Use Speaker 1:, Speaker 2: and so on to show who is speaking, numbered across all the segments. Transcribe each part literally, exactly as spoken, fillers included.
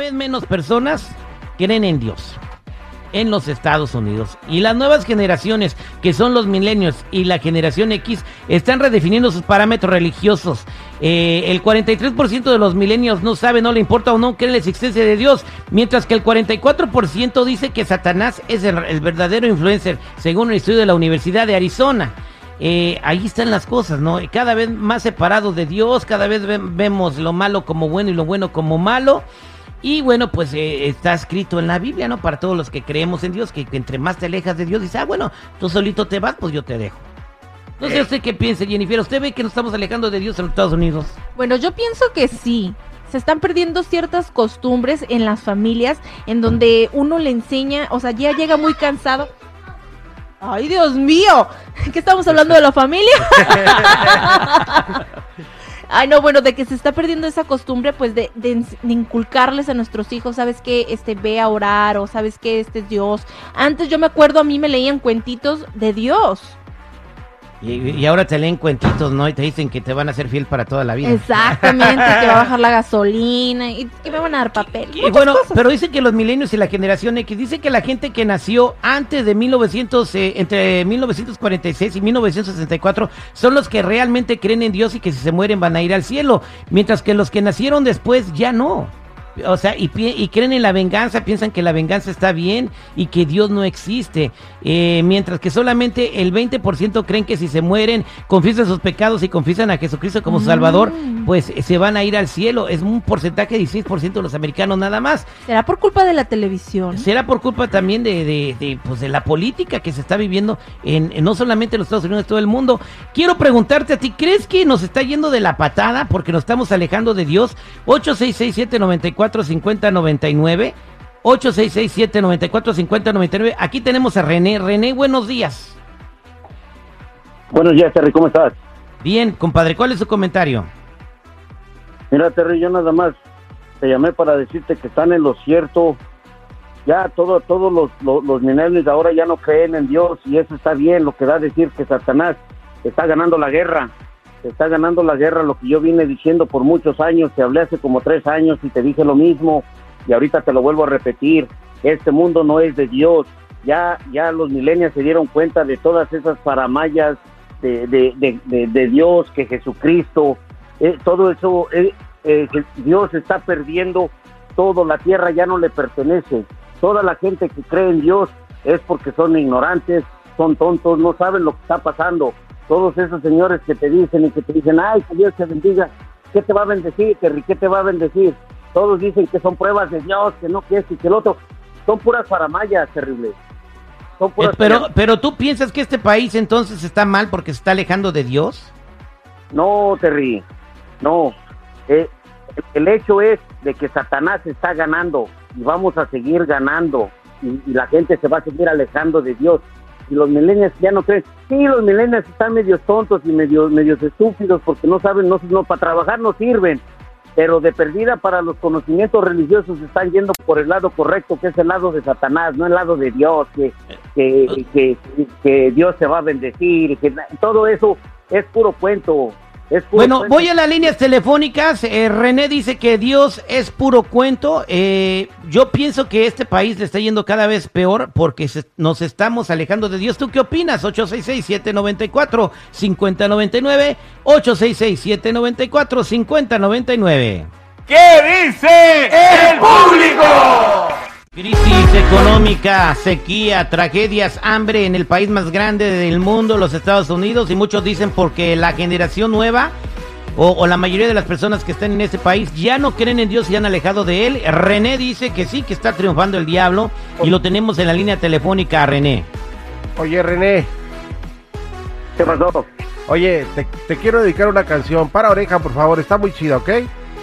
Speaker 1: vez menos personas creen en Dios en los Estados Unidos. Y las nuevas generaciones, que son los millennials y la generación X, están redefiniendo sus parámetros religiosos. Eh, el cuarenta y tres por ciento de los millennials no sabe, no le importa o no cree en la existencia de Dios, mientras que el cuarenta y cuatro por ciento dice que Satanás es el, el verdadero influencer, según un estudio de la Universidad de Arizona. Eh, ahí están las cosas, ¿no? Cada vez más separados de Dios, cada vez ve- vemos lo malo como bueno y lo bueno como malo. Y bueno, pues eh, está escrito en la Biblia, ¿no? Para todos los que creemos en Dios, que, que entre más te alejas de Dios, dices, ah, bueno, tú solito te vas, pues yo te dejo. No sé usted qué piensa, Jennifer. ¿Usted ve que nos estamos alejando de Dios en los Estados Unidos?
Speaker 2: Bueno, yo pienso que sí. Se están perdiendo ciertas costumbres en las familias en donde uno le enseña, o sea, ya llega muy cansado. ¡Ay, Dios mío! ¿Qué estamos hablando de la familia? Ay, no, bueno, de que se está perdiendo esa costumbre, pues, de, de, de inculcarles a nuestros hijos, ¿sabes qué? Este, ve a orar, o ¿sabes qué? Este es Dios. Antes yo me acuerdo, a mí me leían cuentitos de Dios.
Speaker 1: Y, y ahora te leen cuentitos, ¿no? Y te dicen que te van a hacer fiel para toda la vida.
Speaker 2: Exactamente, que va a bajar la gasolina y que me van a dar papel.
Speaker 1: Y bueno, cosas. Pero dice que los milenios y la generación X, dice que la gente que nació antes de mil novecientos, eh, entre mil novecientos cuarenta y seis y mil novecientos sesenta y cuatro, son los que realmente creen en Dios y que si se mueren van a ir al cielo, mientras que los que nacieron después ya no. O sea, y, y creen en la venganza, piensan que la venganza está bien y que Dios no existe, eh, mientras que solamente el veinte por ciento creen que si se mueren, confiesan sus pecados y confiesan a Jesucristo como su Salvador, pues se van a ir al cielo. Es un porcentaje de dieciséis por ciento de los americanos nada más.
Speaker 2: ¿Será por culpa de la televisión?
Speaker 1: Será por culpa también de, de, de, pues de la política que se está viviendo en, en no solamente en los Estados Unidos, en todo el mundo. Quiero preguntarte a ti, ¿crees que nos está yendo de la patada porque nos estamos alejando de Dios? ocho seis seis siete nueve cuatro cinco cero nueve nueve, ocho seis seis siete nueve cuatro cinco cero nueve nueve. Aquí tenemos a René. René, buenos días.
Speaker 3: Buenos días, Terry, ¿cómo estás?
Speaker 1: Bien, compadre, ¿cuál es su comentario?
Speaker 3: Mira, Terry, yo nada más te llamé para decirte que están en lo cierto. Ya todo, todos los, los, los millennials ahora ya no creen en Dios, y eso está bien, lo que da a decir que Satanás está ganando la guerra. Está ganando la guerra, lo que yo vine diciendo por muchos años. Te hablé hace como tres años y te dije lo mismo, y ahorita te lo vuelvo a repetir. Este mundo no es de Dios. Ya ya los millennials se dieron cuenta de todas esas paramayas de, de, de, de, de Dios, que Jesucristo, eh, todo eso, eh, eh, Dios está perdiendo todo, la tierra ya no le pertenece. Toda la gente que cree en Dios es porque son ignorantes, son tontos, no saben lo que está pasando. Todos esos señores que te dicen y que te dicen, ay, que Dios te bendiga, ¿qué te va a bendecir, Terry? ¿Qué te va a bendecir? Todos dicen que son pruebas de Dios, que no, que esto y que el otro. Son puras paramayas terribles. Son puras
Speaker 1: Eh, pero,
Speaker 3: paramayas.
Speaker 1: pero ¿tú piensas que este país entonces está mal porque se está alejando de Dios?
Speaker 3: No, Terry, no. Eh, el hecho es de que Satanás está ganando y vamos a seguir ganando, y, y la gente se va a seguir alejando de Dios. Y los millennials ya no creen. Sí, los millennials están medios tontos y medios, medios estúpidos porque no saben, no, no para trabajar no sirven, pero de perdida para los conocimientos religiosos están yendo por el lado correcto, que es el lado de Satanás, no el lado de Dios, que, que, que, que, que Dios te va a bendecir, que todo eso es puro cuento. Es puro
Speaker 1: Bueno,
Speaker 3: cuento.
Speaker 1: voy a las líneas telefónicas. eh, René dice que Dios es puro cuento. eh, yo pienso que este país le está yendo cada vez peor porque se, nos estamos alejando de Dios. ¿Tú qué opinas? ocho seis seis siete nueve cuatro cinco cero nueve nueve, ocho seis seis siete nueve cuatro cinco cero nueve nueve.
Speaker 4: ¿Qué dice el público?
Speaker 1: Crisis económica, sequía, tragedias, hambre en el país más grande del mundo, los Estados Unidos, y muchos dicen porque la generación nueva o, o la mayoría de las personas que están en ese país ya no creen en Dios y han alejado de él. René dice que sí, que está triunfando el diablo, y lo tenemos en la línea telefónica a René.
Speaker 5: Oye, René,
Speaker 3: ¿Qué pasó?
Speaker 5: oye, te, te quiero dedicar una canción. Para oreja, por favor, está muy chida, ¿ok?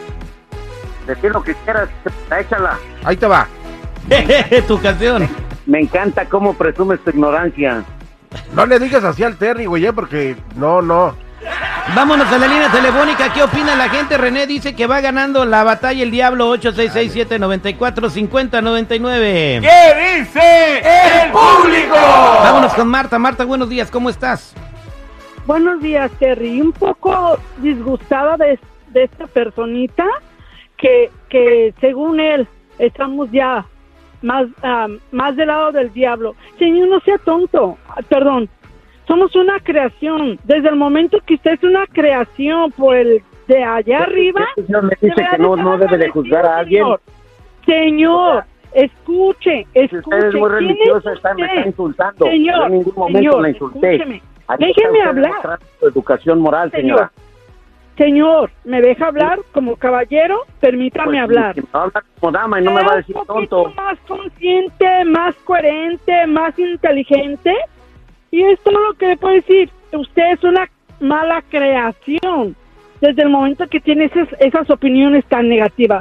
Speaker 3: Decir lo que quieras, échala.
Speaker 5: Ahí te va.
Speaker 1: Tu canción.
Speaker 3: Me encanta cómo presumes tu ignorancia.
Speaker 5: No le digas así al Terry, güey, eh, porque no, no.
Speaker 1: Vámonos a la línea telefónica. ¿Qué opina la gente? René dice que va ganando la batalla el diablo. Ocho seis seis siete nueve cuatro cinco cero nueve nueve.
Speaker 4: ¿Qué dice el público?
Speaker 1: Vámonos con Marta. Marta, buenos días, ¿cómo estás?
Speaker 6: Buenos días, Terry. Un poco disgustada de, de esta personita que, que según él estamos ya más, um, más del lado del diablo. Señor, no sea tonto, perdón. Somos una creación. Desde el momento que usted es una creación por el de allá arriba,
Speaker 3: el Señor me dice que no, no debe de juzgar a alguien.
Speaker 6: Señor, señor escuche, escuche.
Speaker 3: Si usted es muy religiosa, está, me está insultando.
Speaker 6: Señor,
Speaker 3: yo en ningún momento
Speaker 6: señor,
Speaker 3: la insulté.
Speaker 6: escúcheme.
Speaker 3: Aquí
Speaker 6: Déjeme
Speaker 3: está usted
Speaker 6: hablar.
Speaker 3: demostrando su educación moral,
Speaker 6: Señor,
Speaker 3: señora.
Speaker 6: Señor, ¿me deja hablar como caballero? Permítame
Speaker 3: Pues,
Speaker 6: hablar.
Speaker 3: si me habla como dama y no me va a decir
Speaker 6: un poquito
Speaker 3: tonto.
Speaker 6: más consciente, más coherente, más inteligente. Y es todo lo que le puedo decir. Usted es una mala creación desde el momento que tiene esas, esas opiniones tan negativas.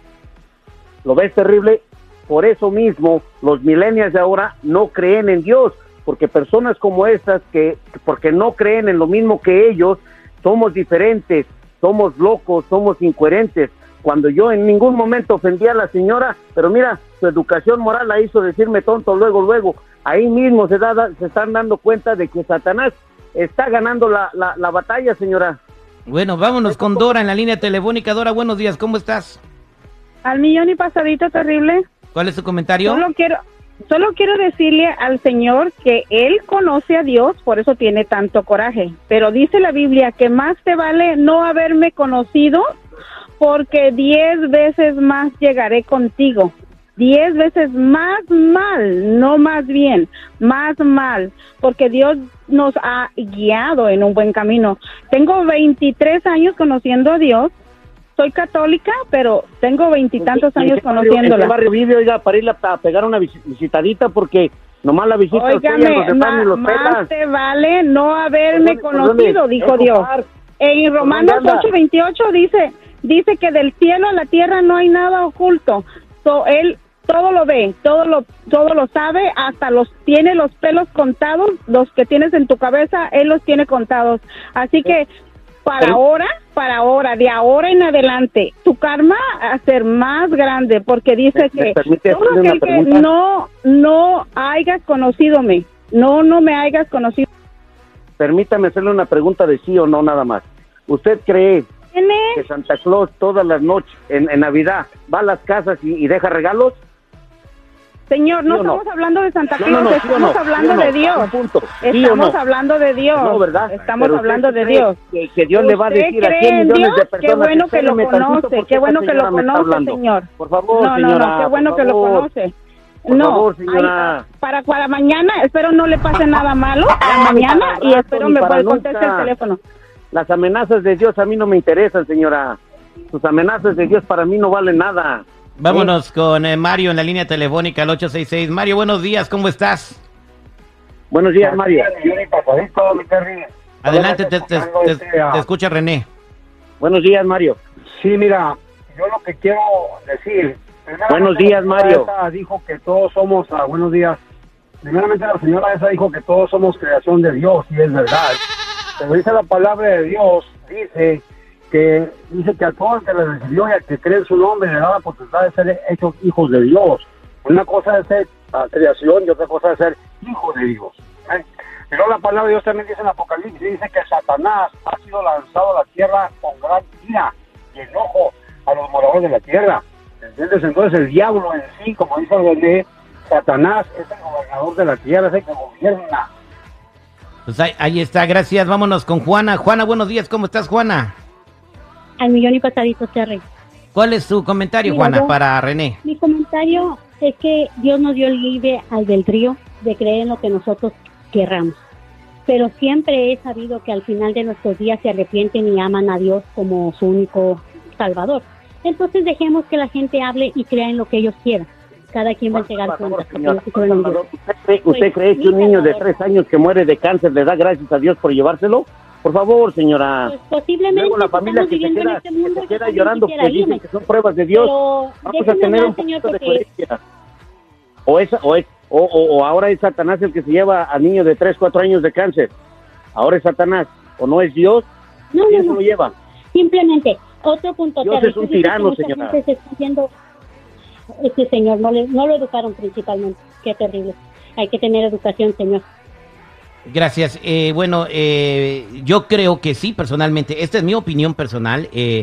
Speaker 3: ¿Lo ves terrible? Por eso mismo, los millennials de ahora no creen en Dios, porque personas como estas, que porque no creen en lo mismo que ellos, somos diferentes, somos locos, somos incoherentes. Cuando yo en ningún momento ofendí a la señora, pero mira, su educación moral la hizo decirme tonto luego, luego. Ahí mismo se, da, se están dando cuenta de que Satanás está ganando la, la, la batalla, señora.
Speaker 1: Bueno, vámonos con Dora en la línea telefónica. Dora, buenos días, ¿cómo estás?
Speaker 7: Al millón y pasadito, terrible.
Speaker 1: ¿Cuál es su comentario?
Speaker 7: Solo quiero, solo quiero decirle al Señor que Él conoce a Dios, por eso tiene tanto coraje. Pero dice la Biblia que más te vale no haberme conocido, porque diez veces más llegaré contigo. Diez veces más mal, no más bien, más mal, porque Dios nos ha guiado en un buen camino. Tengo veintitrés años conociendo a Dios. Soy católica, pero tengo veintitantos años
Speaker 3: ¿En qué barrio-
Speaker 7: conociéndola.
Speaker 3: ¿En qué barrio vive, oiga, para ir a pegar una vis- visitadita? Porque nomás la visita usted y a
Speaker 7: Óigame,
Speaker 3: los demás
Speaker 7: ma-
Speaker 3: ni los
Speaker 7: más
Speaker 3: pelas.
Speaker 7: te vale no haberme
Speaker 3: ¿Por dónde-
Speaker 7: conocido,
Speaker 3: por dónde?
Speaker 7: dijo
Speaker 3: ¿Es
Speaker 7: Dios.
Speaker 3: ocupar?
Speaker 7: En Romanos
Speaker 3: dónde anda?
Speaker 7: ocho veintiocho dice, dice que del cielo a la tierra no hay nada oculto. So, él todo lo ve, todo lo, todo lo sabe, hasta los tiene los pelos contados, los que tienes en tu cabeza, él los tiene contados. Así que para
Speaker 3: Pero-
Speaker 7: ahora, para ahora, de ahora en adelante, tu karma va a ser más grande, porque dice
Speaker 3: ¿Me- me
Speaker 7: que
Speaker 3: permite
Speaker 7: todo
Speaker 3: hacerle una
Speaker 7: aquel que
Speaker 3: pregunta?
Speaker 7: no, no hayas conocídome, no, no me hayas conocido.
Speaker 3: Permítame hacerle una pregunta de sí o no nada más. ¿Usted cree
Speaker 7: ¿Tiene?
Speaker 3: que Santa Claus todas las noches, en, en Navidad, va a las casas y, y deja regalos?
Speaker 7: Señor, no
Speaker 3: ¿Sí o no?
Speaker 7: estamos hablando de Santa
Speaker 3: No,
Speaker 7: Claus,
Speaker 3: no, no, ¿sí o
Speaker 7: estamos
Speaker 3: no?
Speaker 7: hablando
Speaker 3: ¿Sí o no?
Speaker 7: de Dios.
Speaker 3: Un punto. ¿Sí o
Speaker 7: Estamos
Speaker 3: no?
Speaker 7: hablando de Dios.
Speaker 3: No, ¿verdad?
Speaker 7: Estamos
Speaker 3: Pero
Speaker 7: hablando
Speaker 3: usted
Speaker 7: de
Speaker 3: cree
Speaker 7: Dios.
Speaker 3: Que, que Dios le va a
Speaker 7: ¿Usted
Speaker 3: decir a
Speaker 7: cree
Speaker 3: cien
Speaker 7: en
Speaker 3: millones
Speaker 7: Dios?
Speaker 3: de personas.
Speaker 7: Qué bueno que lo
Speaker 3: espéreme tantito,
Speaker 7: conoce,
Speaker 3: porque
Speaker 7: qué
Speaker 3: esta
Speaker 7: bueno que lo
Speaker 3: señora me está
Speaker 7: conoce,
Speaker 3: hablando.
Speaker 7: señor.
Speaker 3: Por favor,
Speaker 7: No, no,
Speaker 3: señora.
Speaker 7: no, qué bueno
Speaker 3: por
Speaker 7: que lo
Speaker 3: favor.
Speaker 7: conoce.
Speaker 3: Por
Speaker 7: no,
Speaker 3: favor, señora.
Speaker 7: ay, para, para mañana, espero no le pase nada malo a
Speaker 3: No, ni
Speaker 7: mañana
Speaker 3: para
Speaker 7: y
Speaker 3: rato,
Speaker 7: espero
Speaker 3: ni
Speaker 7: me
Speaker 3: para
Speaker 7: pueda contestar
Speaker 3: nunca.
Speaker 7: el teléfono.
Speaker 3: Las amenazas de Dios a mí no me interesan, señora. Sus amenazas de Dios para mí no valen nada.
Speaker 1: Vámonos con eh, Mario en la línea telefónica al ocho seis seis. Mario, buenos días, ¿cómo estás?
Speaker 3: Buenos días, Mario.
Speaker 1: Adelante, te, te- te- te escucha René.
Speaker 3: Buenos días, Mario.
Speaker 8: Sí, mira, yo lo que quiero decir. primeramente,
Speaker 3: Buenos días,
Speaker 8: la señora
Speaker 3: Mario.
Speaker 8: esa dijo que todos somos, ah, buenos días. Primeramente, la señora esa dijo que todos somos creación de Dios, y es verdad. Pero dice la palabra de Dios, dice que dice que a todo el que le recibió y al que cree en su nombre le da la potestad de ser hechos hijos de Dios. Una cosa es ser ah, creación y otra cosa es ser hijo de Dios. ¿eh? Pero la palabra de Dios también dice en Apocalipsis, dice que Satanás ha sido lanzado a la tierra con gran ira y enojo a los moradores de la tierra. ¿Entiendes? Entonces el diablo en sí, como dice René, Satanás es el gobernador de la tierra, es el que gobierna.
Speaker 1: Pues ahí, ahí está, gracias. Vámonos con Juana. Juana, buenos días, ¿cómo estás, Juana?
Speaker 9: Al millón y pasadito, Terry.
Speaker 1: ¿Cuál es su comentario,
Speaker 9: Mira,
Speaker 1: Juana,
Speaker 9: yo-
Speaker 1: para René?
Speaker 9: Mi comentario es que Dios nos dio el libre albedrío de creer en lo que nosotros querramos. Pero siempre he sabido que al final de nuestros días se arrepienten y aman a Dios como su único Salvador. Entonces dejemos que la gente hable y crea en lo que ellos quieran. Cada quien va a entregar cuentas. porque
Speaker 3: Señora,
Speaker 9: yo sí creo en Dios.
Speaker 3: ¿Usted cree, usted cree que un niño de tres años que muere de cáncer le da gracias a Dios por llevárselo? Por favor, señora.
Speaker 9: Pues posiblemente
Speaker 3: Luego la
Speaker 9: estamos
Speaker 3: familia que se
Speaker 9: viviendo en
Speaker 3: queda,
Speaker 9: este mundo
Speaker 3: que se
Speaker 9: y
Speaker 3: queda
Speaker 9: también
Speaker 3: llorando
Speaker 9: quisiera
Speaker 3: porque dicen
Speaker 9: irme.
Speaker 3: que son pruebas de Dios.
Speaker 9: Pero
Speaker 3: Vamos a
Speaker 9: déjenme
Speaker 3: tener
Speaker 9: hablar,
Speaker 3: un
Speaker 9: señor,
Speaker 3: poquito de
Speaker 9: porque
Speaker 3: coherencia. O, esa, o, es, o, o, o ahora es Satanás el que se lleva al niño de tres, cuatro años de cáncer. Ahora es Satanás. ¿O no es Dios?
Speaker 9: no,
Speaker 3: ¿Quién
Speaker 9: no,
Speaker 3: se
Speaker 9: no.
Speaker 3: lo lleva?
Speaker 9: Simplemente, otro punto.
Speaker 3: Dios
Speaker 9: Terry,
Speaker 3: es un
Speaker 9: tú dices que
Speaker 3: tirano,
Speaker 9: mucha
Speaker 3: señora.
Speaker 9: gente se está haciendo- Este señor no, le, no lo educaron principalmente. Qué terrible. Hay que tener educación, señor.
Speaker 1: Gracias. Eh, bueno, eh, yo creo que sí, personalmente. Esta es mi opinión personal. Eh,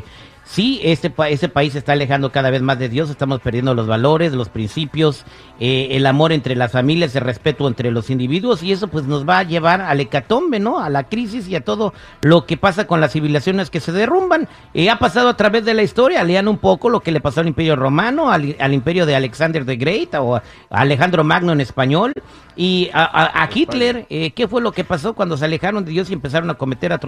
Speaker 1: sí, este, pa- este país se está alejando cada vez más de Dios, estamos perdiendo los valores, los principios, eh, el amor entre las familias, el respeto entre los individuos, y eso pues nos va a llevar al hecatombe, ¿no? A la crisis y a todo lo que pasa con las civilizaciones que se derrumban. Eh, ha pasado a través de la historia, lean un poco lo que le pasó al Imperio Romano, al, al Imperio de Alexander the Great, o a Alejandro Magno en español, y a, a- a Hitler, eh, ¿qué fue lo que pasó cuando se alejaron de Dios y empezaron a cometer atrocidades?